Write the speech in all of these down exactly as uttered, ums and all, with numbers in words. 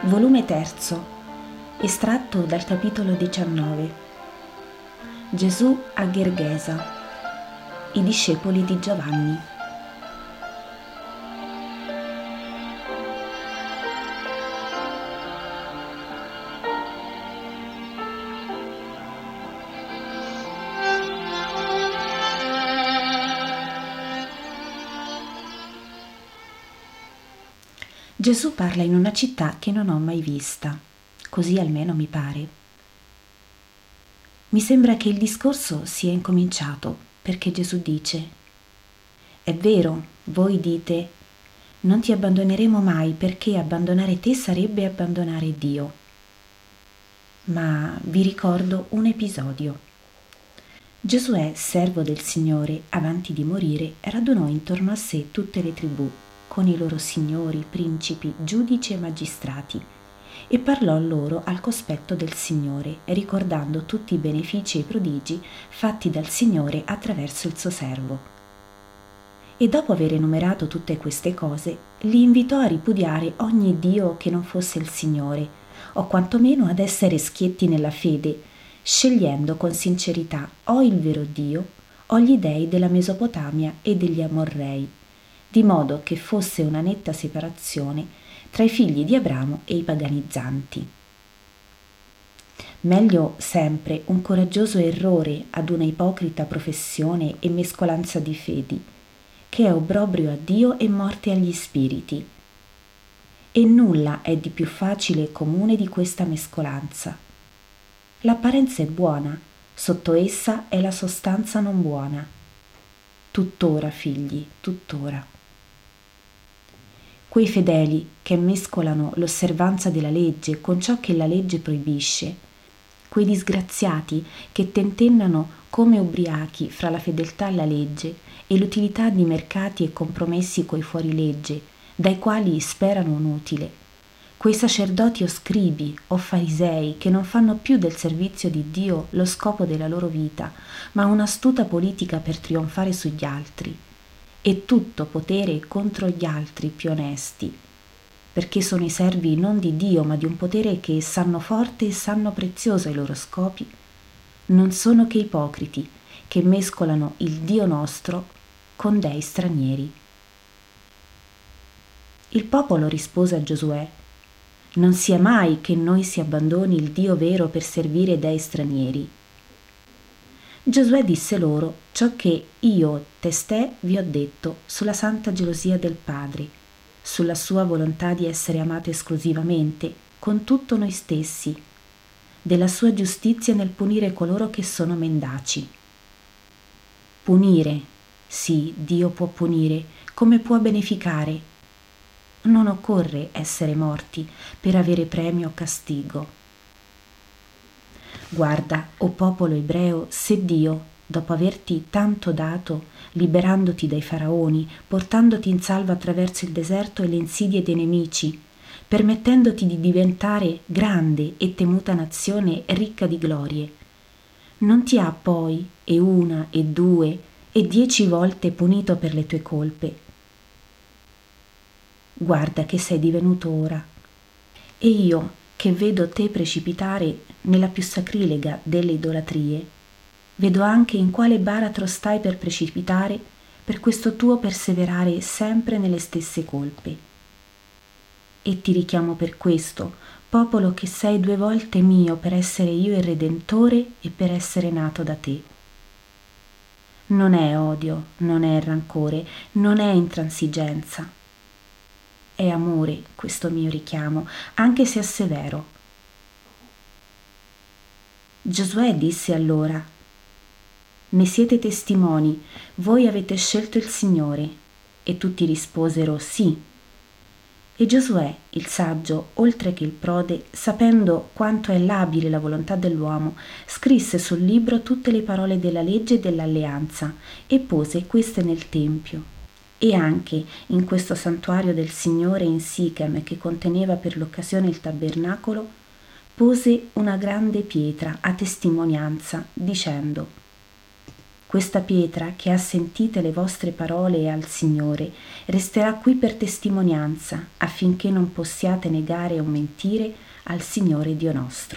Volume terzo, estratto dal capitolo diciannove. Gesù a Gergesa, i discepoli di Giovanni. Gesù parla in una città che non ho mai vista, così almeno mi pare. Mi sembra che il discorso sia incominciato perché Gesù dice: «È vero, voi dite, non ti abbandoneremo mai perché abbandonare te sarebbe abbandonare Dio. Ma vi ricordo un episodio. Giosuè, servo del Signore, avanti di morire, radunò intorno a sé tutte le tribù, con i loro signori, principi, giudici e magistrati, e parlò loro al cospetto del Signore, ricordando tutti i benefici e i prodigi fatti dal Signore attraverso il suo servo. E dopo aver enumerato tutte queste cose, li invitò a ripudiare ogni dio che non fosse il Signore, o quantomeno ad essere schietti nella fede, scegliendo con sincerità o il vero Dio o gli dei della Mesopotamia e degli Amorrei, di modo che fosse una netta separazione tra i figli di Abramo e i paganizzanti. Meglio sempre un coraggioso errore ad una ipocrita professione e mescolanza di fedi, che è obbrobrio a Dio e morte agli spiriti. E nulla è di più facile e comune di questa mescolanza. L'apparenza è buona, sotto essa è la sostanza non buona. Tuttora, figli, tuttora. Quei fedeli che mescolano l'osservanza della legge con ciò che la legge proibisce, quei disgraziati che tentennano come ubriachi fra la fedeltà alla legge e l'utilità di mercati e compromessi coi fuorilegge, dai quali sperano un utile, quei sacerdoti o scribi o farisei che non fanno più del servizio di Dio lo scopo della loro vita, ma un'astuta politica per trionfare sugli altri, e tutto potere contro gli altri più onesti, perché sono i servi non di Dio ma di un potere che sanno forte e sanno prezioso ai loro scopi, non sono che ipocriti che mescolano il Dio nostro con dei stranieri. Il popolo rispose a Giosuè: «Non sia mai che noi si abbandoni il Dio vero per servire dei stranieri». Giosuè disse loro ciò che io testè vi ho detto sulla santa gelosia del Padre, sulla sua volontà di essere amato esclusivamente, con tutto noi stessi, della sua giustizia nel punire coloro che sono mendaci. Punire, sì, Dio può punire, come può beneficare. Non occorre essere morti per avere premio o castigo. Guarda, o popolo ebreo, se Dio, dopo averti tanto dato, liberandoti dai faraoni, portandoti in salvo attraverso il deserto e le insidie dei nemici, permettendoti di diventare grande e temuta nazione ricca di glorie, non ti ha poi, e una, e due, e dieci volte punito per le tue colpe? Guarda che sei divenuto ora, e io, che vedo te precipitare nella più sacrilega delle idolatrie, vedo anche in quale baratro stai per precipitare per questo tuo perseverare sempre nelle stesse colpe. E ti richiamo per questo, popolo che sei due volte mio per essere io il Redentore e per essere nato da te. Non è odio, non è rancore, non è intransigenza. È amore questo mio richiamo, anche se è severo. Giosuè disse allora: «Ne siete testimoni, voi avete scelto il Signore». E tutti risposero: «Sì». E Giosuè, il saggio, oltre che il prode, sapendo quanto è labile la volontà dell'uomo, scrisse sul libro tutte le parole della legge e dell'alleanza e pose queste nel Tempio. E anche in questo santuario del Signore in Sichem, che conteneva per l'occasione il tabernacolo, pose una grande pietra a testimonianza, dicendo: Questa pietra, che ha sentite le vostre parole al Signore, resterà qui per testimonianza, affinché non possiate negare o mentire al Signore Dio nostro.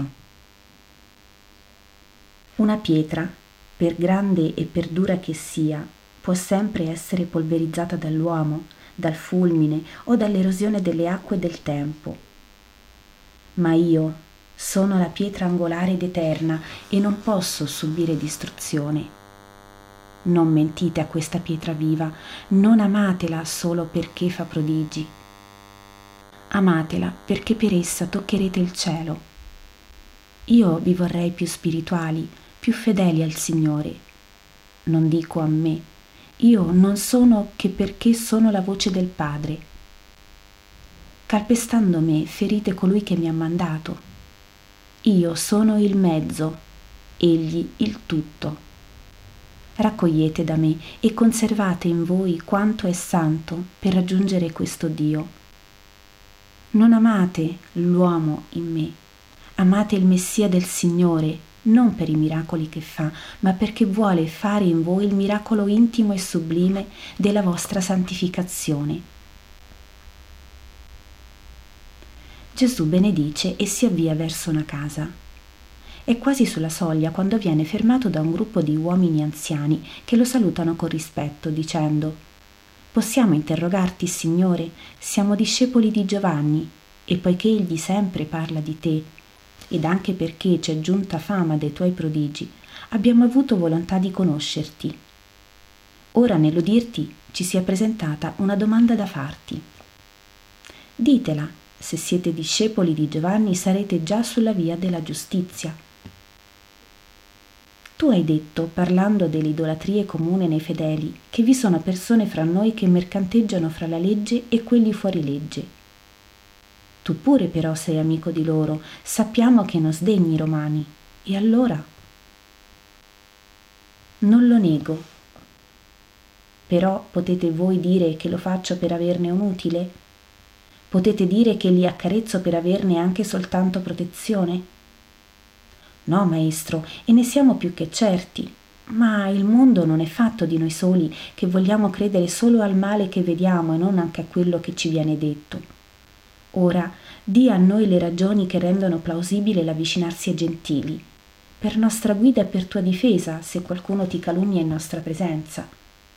Una pietra, per grande e per dura che sia, può sempre essere polverizzata dall'uomo, dal fulmine o dall'erosione delle acque del tempo. Ma io sono la pietra angolare ed eterna e non posso subire distruzione. Non mentite a questa pietra viva, non amatela solo perché fa prodigi. Amatela perché per essa toccherete il cielo. Io vi vorrei più spirituali, più fedeli al Signore. Non dico a me, io non sono che perché sono la voce del Padre. Calpestando me, ferite colui che mi ha mandato. Io sono il mezzo, egli il tutto. Raccogliete da me e conservate in voi quanto è santo per raggiungere questo Dio. Non amate l'uomo in me, amate il Messia del Signore, non per i miracoli che fa, ma perché vuole fare in voi il miracolo intimo e sublime della vostra santificazione. Gesù benedice e si avvia verso una casa. È quasi sulla soglia quando viene fermato da un gruppo di uomini anziani che lo salutano con rispetto, dicendo: «Possiamo interrogarti, Signore? Siamo discepoli di Giovanni, e poiché egli sempre parla di te, ed anche perché c'è giunta fama dei tuoi prodigi, abbiamo avuto volontà di conoscerti. Ora nell'udirti ci si è presentata una domanda da farti. Ditela, se siete discepoli di Giovanni sarete già sulla via della giustizia. Tu hai detto, parlando delle idolatrie comuni nei fedeli, che vi sono persone fra noi che mercanteggiano fra la legge e quelli fuori legge. Tu pure però sei amico di loro, sappiamo che non sdegni i romani. E allora? Non lo nego. Però potete voi dire che lo faccio per averne un utile? Potete dire che li accarezzo per averne anche soltanto protezione? No, maestro, e ne siamo più che certi. Ma il mondo non è fatto di noi soli, che vogliamo credere solo al male che vediamo e non anche a quello che ci viene detto. Ora, di a noi le ragioni che rendono plausibile l'avvicinarsi ai gentili, per nostra guida e per tua difesa, se qualcuno ti calunnia in nostra presenza.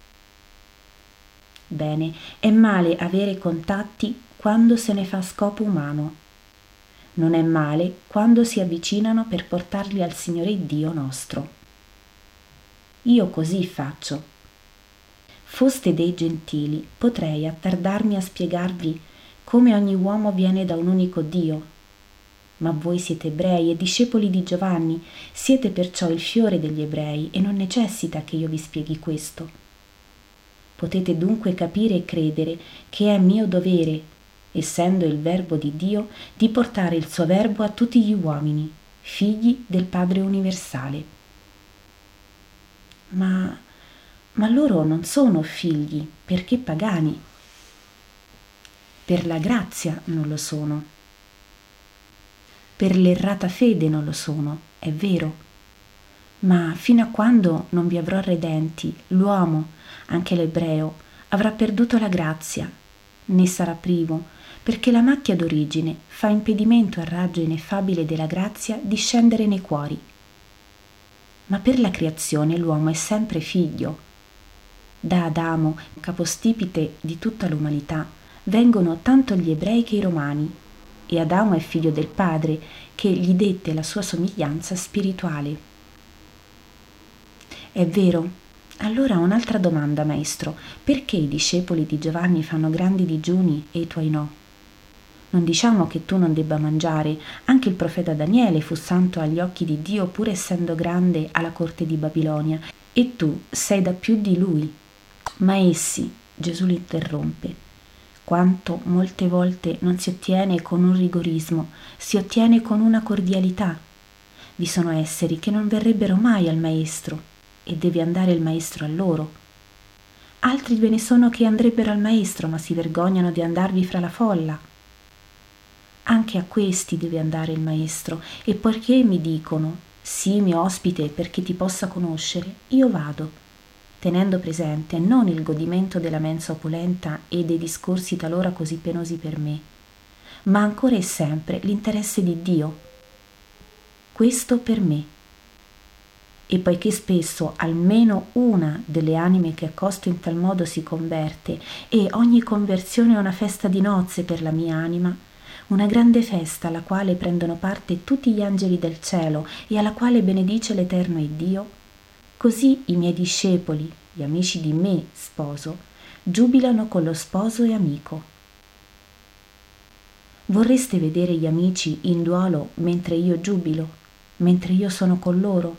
Bene, è male avere contatti quando se ne fa scopo umano. Non è male quando si avvicinano per portarli al Signore Dio nostro. Io così faccio. Foste dei gentili, potrei attardarmi a spiegarvi come ogni uomo viene da un unico Dio. Ma voi siete ebrei e discepoli di Giovanni, siete perciò il fiore degli ebrei e non necessita che io vi spieghi questo. Potete dunque capire e credere che è mio dovere, essendo il Verbo di Dio, di portare il suo Verbo a tutti gli uomini, figli del Padre universale. Ma, ma loro non sono figli, perché pagani. Per la grazia non lo sono. Per l'errata fede non lo sono, è vero. Ma fino a quando non vi avrò redenti, l'uomo, anche l'ebreo, avrà perduto la grazia, ne sarà privo, perché la macchia d'origine fa impedimento al raggio ineffabile della grazia di scendere nei cuori. Ma per la creazione l'uomo è sempre figlio. Da Adamo, capostipite di tutta l'umanità, vengono tanto gli ebrei che i romani, e Adamo è figlio del Padre, che gli dette la sua somiglianza spirituale. È vero. Allora un'altra domanda, maestro. Perché i discepoli di Giovanni fanno grandi digiuni e i tuoi no? Non diciamo che tu non debba mangiare, anche il profeta Daniele fu santo agli occhi di Dio pur essendo grande alla corte di Babilonia, e tu sei da più di lui. Ma essi, Gesù li interrompe, quanto molte volte non si ottiene con un rigorismo, si ottiene con una cordialità. Vi sono esseri che non verrebbero mai al maestro, e deve andare il maestro a loro. Altri ve ne sono che andrebbero al maestro, ma si vergognano di andarvi fra la folla. Anche a questi deve andare il maestro, e poiché mi dicono, sì, mio ospite, perché ti possa conoscere, io vado. tenendo presente non il godimento della mensa opulenta e dei discorsi talora così penosi per me, ma ancora e sempre l'interesse di Dio. Questo per me. E poiché spesso almeno una delle anime che accosto in tal modo si converte, e ogni conversione è una festa di nozze per la mia anima, una grande festa alla quale prendono parte tutti gli angeli del cielo e alla quale benedice l'Eterno Iddio, così i miei discepoli, gli amici di me, sposo, giubilano con lo sposo e amico. Vorreste vedere gli amici in duolo mentre io giubilo, mentre io sono con loro?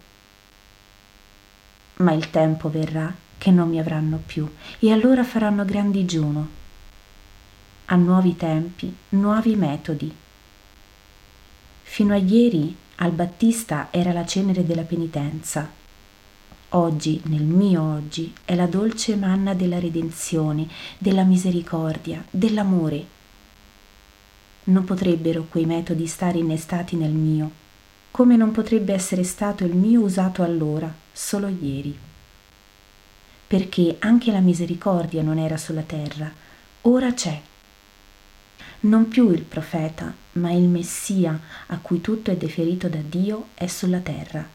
Ma il tempo verrà che non mi avranno più, e allora faranno gran digiuno. A nuovi tempi, nuovi metodi. Fino a ieri al Battista era la cenere della penitenza. Oggi, nel mio oggi, è la dolce manna della redenzione, della misericordia, dell'amore. Non potrebbero quei metodi stare innestati nel mio, come non potrebbe essere stato il mio usato allora, solo ieri. Perché anche la misericordia non era sulla terra, ora c'è. Non più il profeta, ma il Messia, a cui tutto è deferito da Dio, è sulla terra.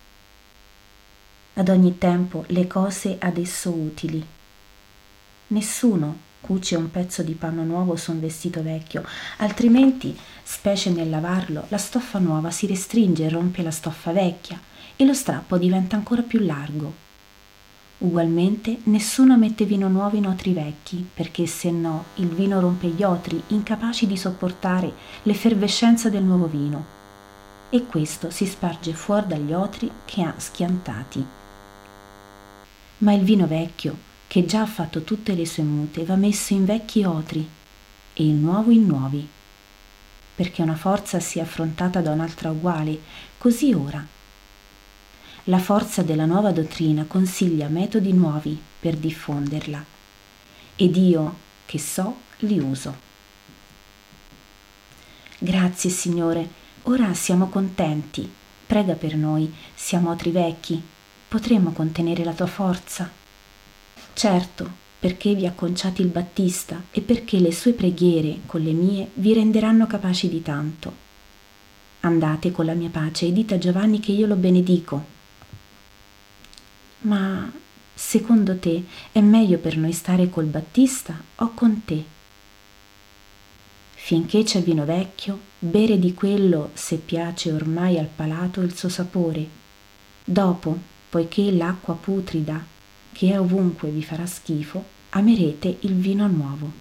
Ad ogni tempo le cose ad esso utili. Nessuno cuce un pezzo di panno nuovo su un vestito vecchio, altrimenti, specie nel lavarlo, la stoffa nuova si restringe e rompe la stoffa vecchia e lo strappo diventa ancora più largo. Ugualmente nessuno mette vino nuovo in otri vecchi, perché se no il vino rompe gli otri, incapaci di sopportare l'effervescenza del nuovo vino, e questo si sparge fuori dagli otri che ha schiantati. Ma il vino vecchio, che già ha fatto tutte le sue mute, va messo in vecchi otri e il nuovo in nuovi, perché una forza sia affrontata da un'altra uguale, così ora. La forza della nuova dottrina consiglia metodi nuovi per diffonderla, ed io, che so, li uso. Grazie, Signore, ora siamo contenti. Prega per noi, siamo otri vecchi. Potremmo contenere la tua forza? Certo, perché vi ha conciati il Battista e perché le sue preghiere con le mie vi renderanno capaci di tanto. Andate con la mia pace e dite a Giovanni che io lo benedico. Ma secondo te è meglio per noi stare col Battista o con te? Finché c'è vino vecchio, bere di quello se piace ormai al palato il suo sapore. Dopo, poiché l'acqua putrida, che è ovunque vi farà schifo, amerete il vino nuovo.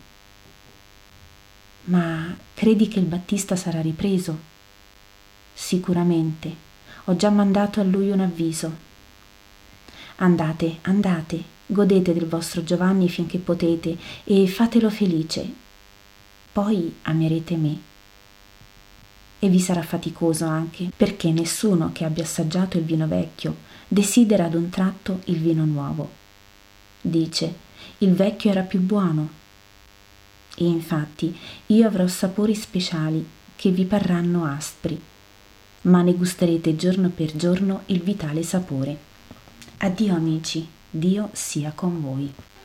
Ma credi che il Battista sarà ripreso? Sicuramente, ho già mandato a lui un avviso. Andate, andate, godete del vostro Giovanni finché potete e fatelo felice. Poi amerete me. E vi sarà faticoso anche, perché nessuno che abbia assaggiato il vino vecchio desidera ad un tratto il vino nuovo. Dice, il vecchio era più buono. E infatti io avrò sapori speciali che vi parranno aspri, ma ne gusterete giorno per giorno il vitale sapore. Addio amici, Dio sia con voi.